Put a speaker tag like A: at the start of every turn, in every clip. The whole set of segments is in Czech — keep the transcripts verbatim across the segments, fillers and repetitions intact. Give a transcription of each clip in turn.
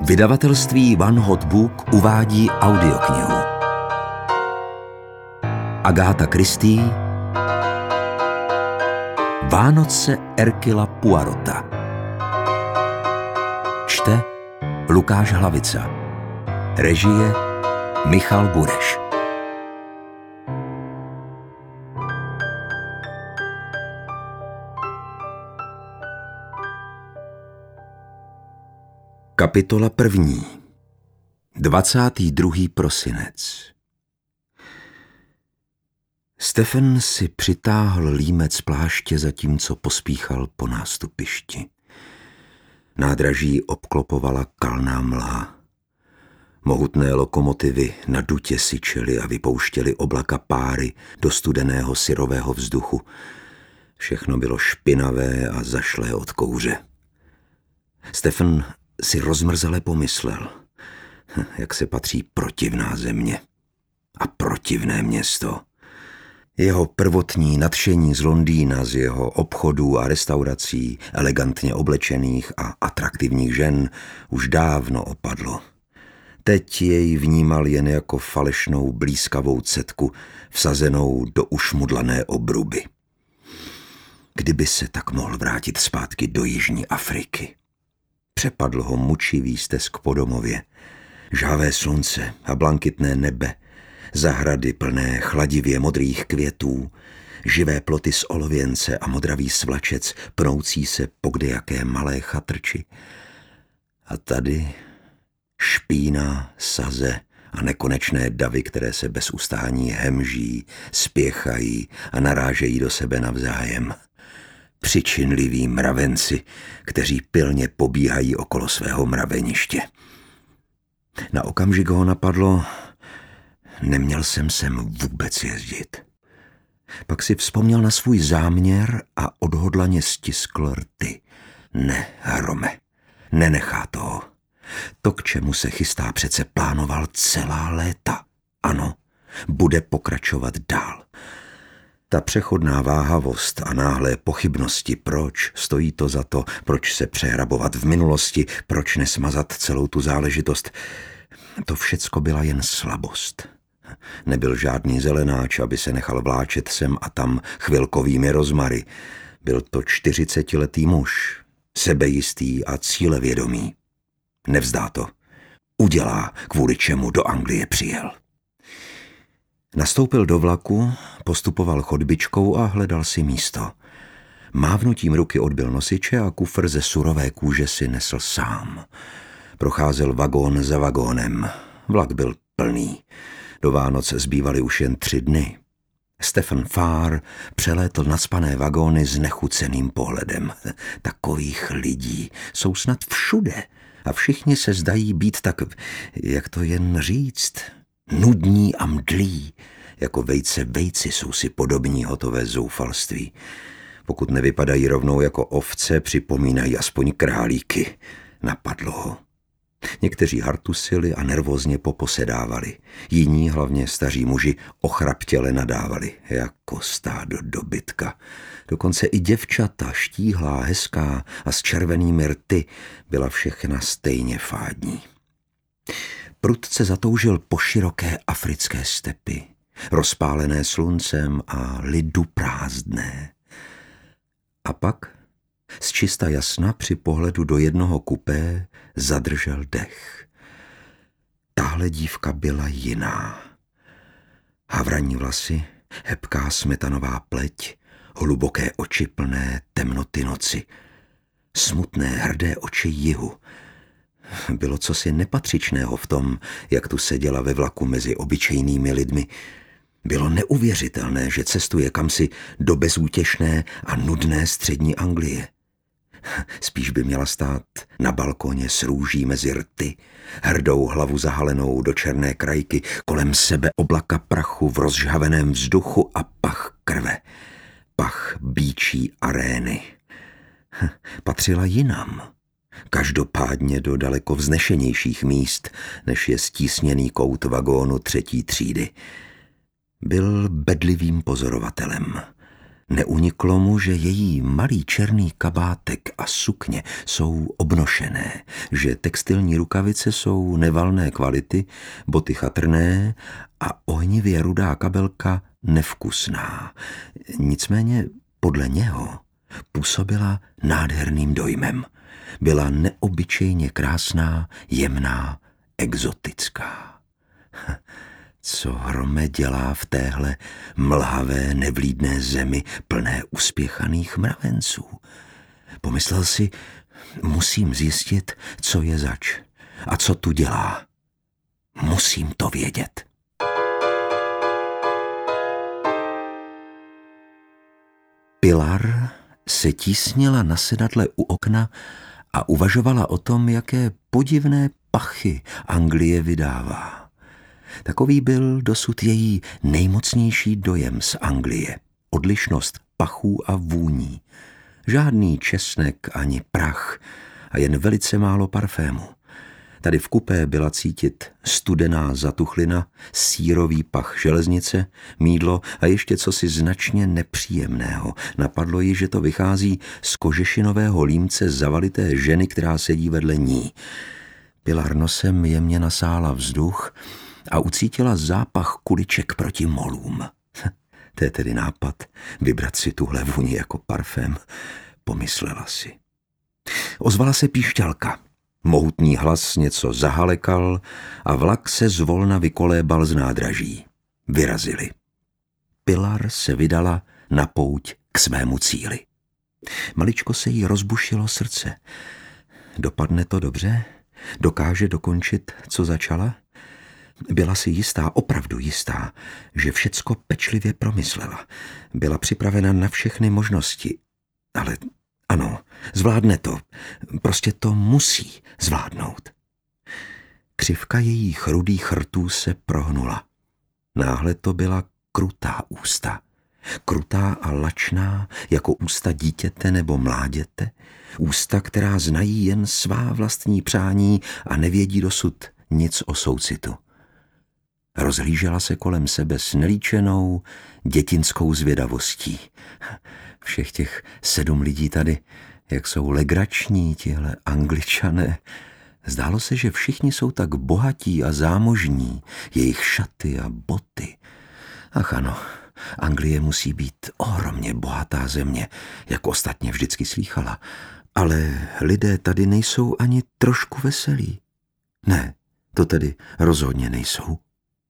A: Vydavatelství One Hot Book uvádí audioknihu. Agatha Christie, Vánoce Hercula Poirota. Čte Lukáš Hlavica. Režie Michal Bureš. Kapitola první. dvacátý druhý prosinec. Stefan si přitáhl límec pláště, zatímco pospíchal po nástupišti. Nádraží obklopovala kalná mlha. Mohutné lokomotivy na dutě syčely a vypouštěly oblaka páry do studeného syrového vzduchu. Všechno bylo špinavé a zašlé od kouře. Stefan si rozmrzele pomyslel, jak se patří protivná země a protivné město. Jeho prvotní nadšení z Londýna, z jeho obchodů a restaurací, elegantně oblečených a atraktivních žen už dávno opadlo. Teď jej vnímal jen jako falešnou blýskavou cetku vsazenou do ušmudlané obruby. Kdyby se tak mohl vrátit zpátky do Jižní Afriky. Přepadl ho mučivý stesk po domově. Žhavé slunce a blankitné nebe, zahrady plné chladivě modrých květů, živé ploty z olověnce a modravý svlačec pnoucí se po kdejaké malé chatrči. A tady špína, saze a nekonečné davy, které se bez ustání hemží, spěchají a narážejí do sebe navzájem. Přičinliví mravenci, kteří pilně pobíhají okolo svého mraveniště. Na okamžik ho napadlo, neměl jsem sem vůbec jezdit. Pak si vzpomněl na svůj záměr a odhodlaně stiskl rty. Ne, Hrome, nenechá toho. To, k čemu se chystá, přece plánoval celá léta. Ano, bude pokračovat dál. Ta přechodná váhavost a náhlé pochybnosti, proč stojí to za to, proč se přehrabovat v minulosti, proč nesmazat celou tu záležitost, to všecko byla jen slabost. Nebyl žádný zelenáč, aby se nechal vláčet sem a tam chvilkovými rozmary. Byl to čtyřicetiletý muž, sebejistý a cílevědomý. Nevzdá to. Udělá, kvůli čemu do Anglie přijel. Nastoupil do vlaku, postupoval chodbičkou a hledal si místo. Mávnutím ruky odbyl nosiče a kufr ze surové kůže si nesl sám. Procházel vagón za vagónem. Vlak byl plný. Do Vánoc zbývaly už jen tři dny. Stefan Farr přelétl nacpané vagóny s nechuceným pohledem. Takových lidí jsou snad všude a všichni se zdají být tak, jak to jen říct, nudní a mdlí, jako vejce vejci jsou si podobní hotové zoufalství. Pokud nevypadají rovnou jako ovce, připomínají aspoň králíky. Napadlo ho. Někteří hartusili a nervózně poposedávali. Jiní, hlavně staří muži, ochraptěle nadávali, jako stádo dobytka. Dokonce i děvčata, štíhlá, hezká a s červenými rty, byla všechna stejně fádní. Prudce zatoužil po široké africké stepy, rozpálené sluncem a lidu prázdné. A pak z čista jasna při pohledu do jednoho kupé zadržel dech. Tahle dívka byla jiná. Havraní vlasy, hebká smetanová pleť, hluboké oči plné temnoty noci, smutné hrdé oči jihu. Bylo cosi nepatřičného v tom, jak tu seděla ve vlaku mezi obyčejnými lidmi. Bylo neuvěřitelné, že cestuje kamsi do bezútěšné a nudné střední Anglie. Spíš by měla stát na balkoně s růží mezi rty, hrdou hlavu zahalenou do černé krajky, kolem sebe oblaka prachu v rozžhaveném vzduchu a pach krve, pach býčí arény. Patřila jinam. Každopádně do daleko vznešenějších míst, než je stísněný kout vagónu třetí třídy. Byl bedlivým pozorovatelem. Neuniklo mu, že její malý černý kabátek a sukně jsou obnošené, že textilní rukavice jsou nevalné kvality, boty chatrné a ohnivě rudá kabelka nevkusná. Nicméně podle něho působila nádherným dojmem. Byla neobyčejně krásná, jemná, exotická. Co Hrome dělá v téhle mlhavé, nevlídné zemi plné uspěchaných mravenců? Pomyslel si, musím zjistit, co je zač a co tu dělá. Musím to vědět. Pilar se tísnila na sedadle u okna a uvažovala o tom, jaké podivné pachy Anglie vydává. Takový byl dosud její nejmocnější dojem z Anglie. Odlišnost pachů a vůní. Žádný česnek ani prach a jen velice málo parfému. Tady v kupé byla cítit studená zatuchlina, sýrový pach železnice, mýdlo a ještě cosi značně nepříjemného. Napadlo ji, že to vychází z kožešinového límce zavalité ženy, která sedí vedle ní. Pilar nosem jemně nasála vzduch a ucítila zápach kuliček proti molům. To je tedy nápad, vybrat si tuhle vůni jako parfém, pomyslela si. Ozvala se píšťalka. Mohutný hlas něco zahalekal a vlak se zvolna vykolébal z nádraží. Vyrazili. Pilar se vydala na pouť k svému cíli. Maličko se jí rozbušilo srdce. Dopadne to dobře? Dokáže dokončit, co začala? Byla si jistá, opravdu jistá, že všecko pečlivě promyslela. Byla připravena na všechny možnosti. Ale ano, zvládne to. Prostě to musí zvládnout. Křivka jejích rudých rtů se prohnula. Náhle to byla krutá ústa. Krutá a lačná, jako ústa dítěte nebo mláděte. Ústa, která znají jen svá vlastní přání a nevědí dosud nic o soucitu. Rozhlížela se kolem sebe s nelíčenou dětinskou zvědavostí. Všech těch sedm lidí tady, jak jsou legrační tihle Angličané. Zdálo se, že všichni jsou tak bohatí a zámožní, jejich šaty a boty. Ach ano, Anglie musí být ohromně bohatá země, jak ostatně vždycky slýchala. Ale lidé tady nejsou ani trošku veselí. Ne, to tedy rozhodně nejsou.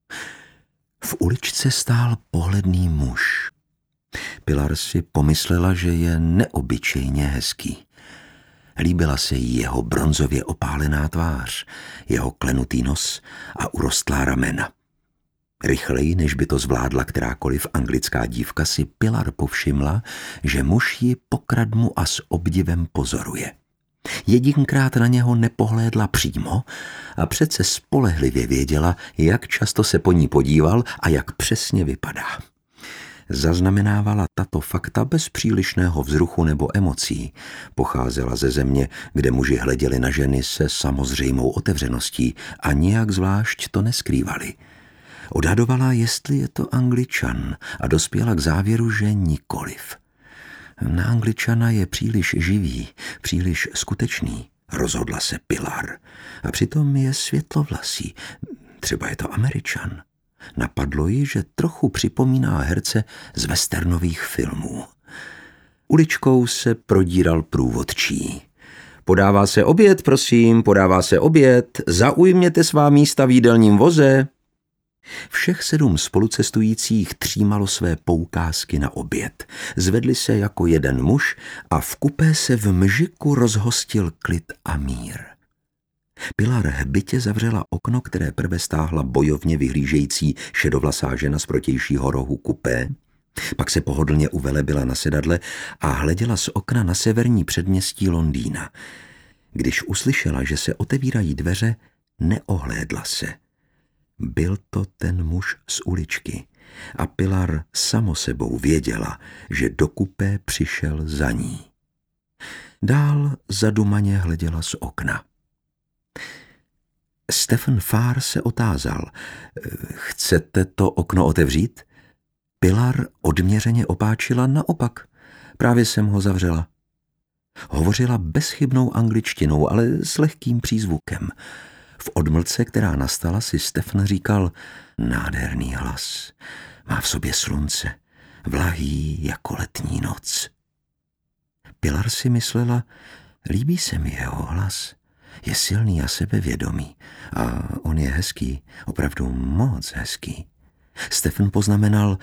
A: V uličce stál pohledný muž. Pilar si pomyslela, že je neobyčejně hezký. Líbila se jí jeho bronzově opálená tvář, jeho klenutý nos a urostlá ramena. Rychleji, než by to zvládla kterákoliv anglická dívka, si Pilar povšimla, že muž ji pokradmu a s obdivem pozoruje. Jedinkrát na něho nepohlédla přímo a přece spolehlivě věděla, jak často se po ní podíval a jak přesně vypadá. Zaznamenávala tato fakta bez přílišného vzruchu nebo emocí. Pocházela ze země, kde muži hleděli na ženy se samozřejmou otevřeností a nijak zvlášť to neskrývali. Odhadovala, jestli je to Angličan a dospěla k závěru, že nikoliv. Na Angličana je příliš živý, příliš skutečný, rozhodla se Pilar. A přitom je světlovlasý, třeba je to Američan. Napadlo ji, že trochu připomíná herce z westernových filmů. Uličkou se prodíral průvodčí. Podává se oběd, prosím, podává se oběd, zaujměte svá místa v jídelním voze. Všech sedm spolucestujících třímalo své poukázky na oběd. Zvedli se jako jeden muž a v kupé se v mžiku rozhostil klid a mír. Pilar hbitě zavřela okno, které prve stáhla bojovně vyhlížející šedovlasá žena z protějšího rohu kupé, pak se pohodlně uvelebila na sedadle a hleděla z okna na severní předměstí Londýna. Když uslyšela, že se otevírají dveře, neohlédla se. Byl to ten muž z uličky a Pilar samo sebou věděla, že do kupé přišel za ní. Dál zadumaně hleděla z okna. Stephen Farr se otázal, chcete to okno otevřít? Pilar odměřeně opáčila naopak. Právě jsem ho zavřela. Hovořila bezchybnou angličtinou, ale s lehkým přízvukem. V odmlce, která nastala, si Stefan říkal: nádherný hlas, má v sobě slunce, vlahý jako letní noc. Pilar si myslela: líbí se mi jeho hlas, je silný a sebevědomý a on je hezký, opravdu moc hezký. Stefan poznamenal: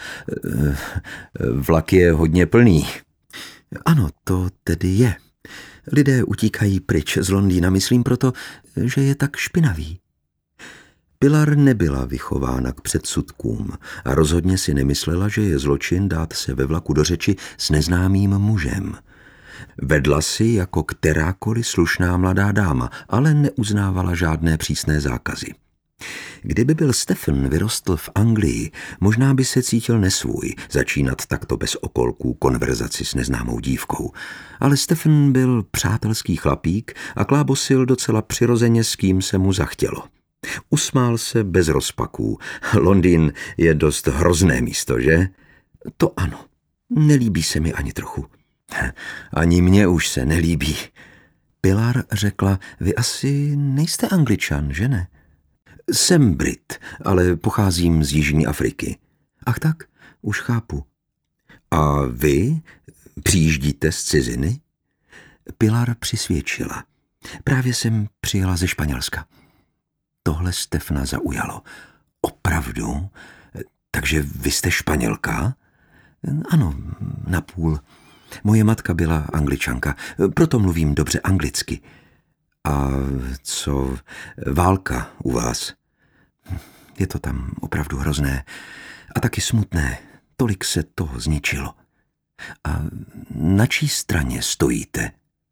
A: vlak je hodně plný. Ano, to tedy je. Lidé utíkají pryč z Londýna, myslím proto, že je tak špinavý. Pilar nebyla vychována k předsudkům a rozhodně si nemyslela, že je zločin dát se ve vlaku do řeči s neznámým mužem. Vedla si jako kterákoliv slušná mladá dáma, ale neuznávala žádné přísné zákazy. Kdyby byl Stefan vyrostl v Anglii, možná by se cítil nesvůj začínat takto bez okolků konverzaci s neznámou dívkou. Ale Stefan byl přátelský chlapík a klábosil docela přirozeně, s kým se mu zachtělo. Usmál se bez rozpaků. Londýn je dost hrozné místo, že? To ano, nelíbí se mi ani trochu. Ani mně už se nelíbí. Pilar řekla: vy asi nejste Angličan, že ne? Jsem Brit, ale pocházím z Jižní Afriky. Ach tak, už chápu. A vy přijíždíte z ciziny? Pilar přisvědčila. Právě jsem přijela ze Španělska. Tohle Stefana zaujalo. Opravdu? Takže vy jste Španělka? Ano, napůl. Moje matka byla Angličanka, proto mluvím dobře anglicky. A co válka u vás? Je to tam opravdu hrozné a taky smutné. Tolik se toho zničilo. A na čí straně stojíte?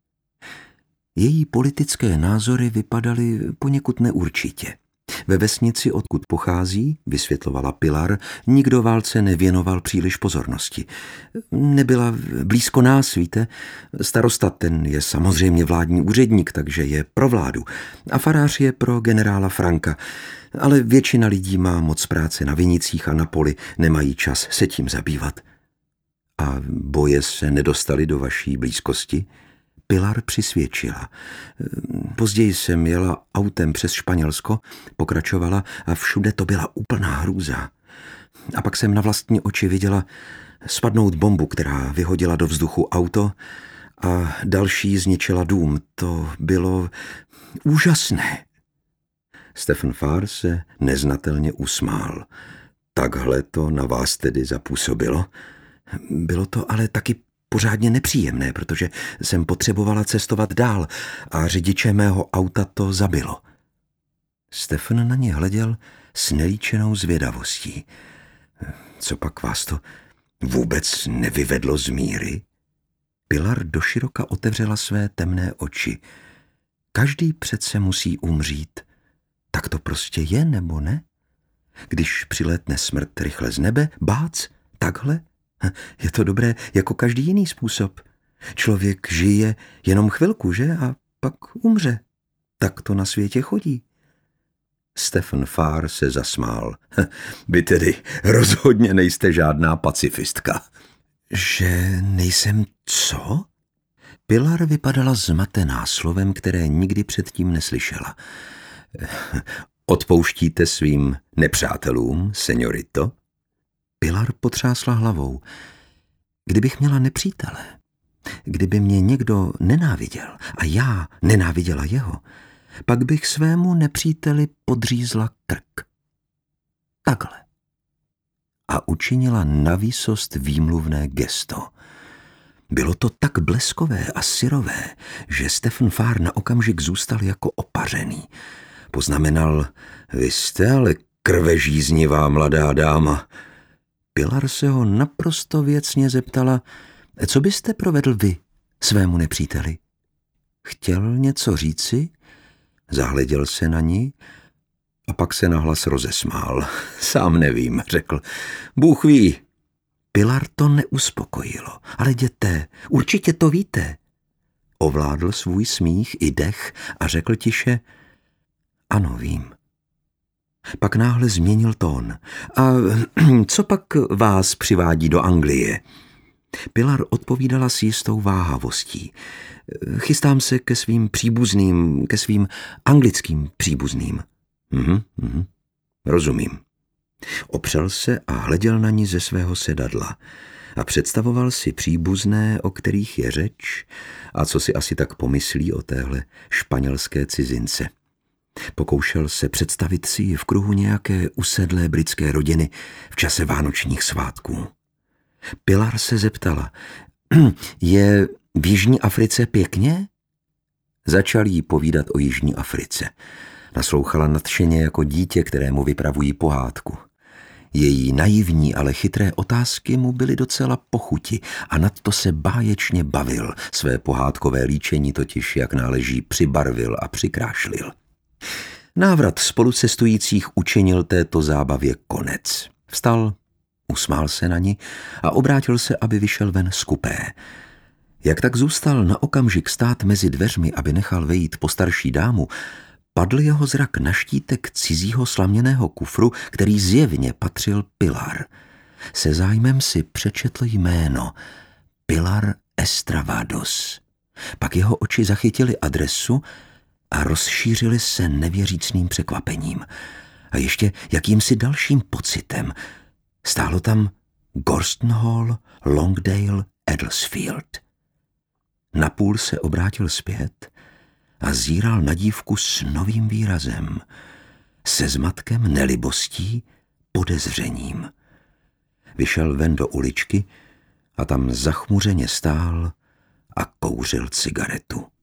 A: Její politické názory vypadaly poněkud neurčitě. Ve vesnici, odkud pochází, vysvětlovala Pilar, nikdo válce nevěnoval příliš pozornosti. Nebyla blízko nás, víte. Starosta, ten je samozřejmě vládní úředník, takže je pro vládu. A farář je pro generála Franka. Ale většina lidí má moc práce na vinicích a na poli, nemají čas se tím zabývat. A boje se nedostaly do vaší blízkosti? Pilar přisvědčila. Později jsem jela autem přes Španělsko, pokračovala a všude to byla úplná hrůza. A pak jsem na vlastní oči viděla spadnout bombu, která vyhodila do vzduchu auto a další zničila dům. To bylo úžasné. Stefan Farr se neznatelně usmál. Takhle to na vás tedy zapůsobilo? Bylo to ale taky pořádně nepříjemné, protože jsem potřebovala cestovat dál a řidiče mého auta to zabilo. Stefan na ně hleděl s nelíčenou zvědavostí. Co pak vás to vůbec nevyvedlo z míry? Pilar doširoka otevřela své temné oči. Každý přece musí umřít. Tak to prostě je, nebo ne? Když přilétne smrt rychle z nebe, bác, takhle? Je to dobré jako každý jiný způsob. Člověk žije jenom chvilku, že? A pak umře. Tak to na světě chodí. Stefan Farr se zasmál. Vy tedy rozhodně nejste žádná pacifistka. Že nejsem co? Pilar vypadala zmatená slovem, které nikdy předtím neslyšela. Odpouštíte svým nepřátelům, señorito? Pilar potřásla hlavou. Kdybych měla nepřítele, kdyby mě někdo nenáviděl a já nenáviděla jeho, pak bych svému nepříteli podřízla krk. Takhle. A učinila navýsost výmluvné gesto. Bylo to tak bleskové a syrové, že Stefan Farr na okamžik zůstal jako opařený. Poznamenal: vy jste ale krvežíznivá mladá dáma. Pilar se ho naprosto věcně zeptala: co byste provedl vy svému nepříteli? Chtěl něco říci? Zahleděl se na ní a pak se nahlas rozesmál. Sám nevím, řekl. Bůh ví. Pilar to neuspokojilo. Ale jděte, určitě to víte. Ovládl svůj smích i dech a řekl tiše: ano, vím. Pak náhle změnil tón. A co pak vás přivádí do Anglie? Pilar odpovídala s jistou váhavostí. Chystám se ke svým příbuzným, ke svým anglickým příbuzným. Mhm, mhm, rozumím. Opřel se a hleděl na ní ze svého sedadla a představoval si příbuzné, o kterých je řeč a co si asi tak pomyslí o téhle španělské cizince. Pokoušel se představit si ji v kruhu nějaké usedlé britské rodiny v čase vánočních svátků. Pilar se zeptala, je v Jižní Africe pěkně? Začal jí povídat o Jižní Africe. Naslouchala nadšeně jako dítě, kterému vypravují pohádku. Její naivní, ale chytré otázky mu byly docela pochuti a nadto se báječně bavil. Své pohádkové líčení totiž, jak náleží, přibarvil a přikrášlil. Návrat spolucestujících učinil této zábavě konec. Vstal, usmál se na ni a obrátil se, aby vyšel ven z kupé. Jak tak zůstal na okamžik stát mezi dveřmi, aby nechal vejít postarší dámu, padl jeho zrak na štítek cizího slaměného kufru, který zjevně patřil Pilar. Se zájmem si přečetl jméno Pilar Estravados. Pak jeho oči zachytily adresu a rozšířily se nevěřícným překvapením. A ještě jakýmsi dalším pocitem. Stálo tam Gorston Longdale, Eddlesfield. Napůl se obrátil zpět a zíral na dívku s novým výrazem, se zmatkem, nelibostí, podezřením. Vyšel ven do uličky a tam zachmuřeně stál a kouřil cigaretu.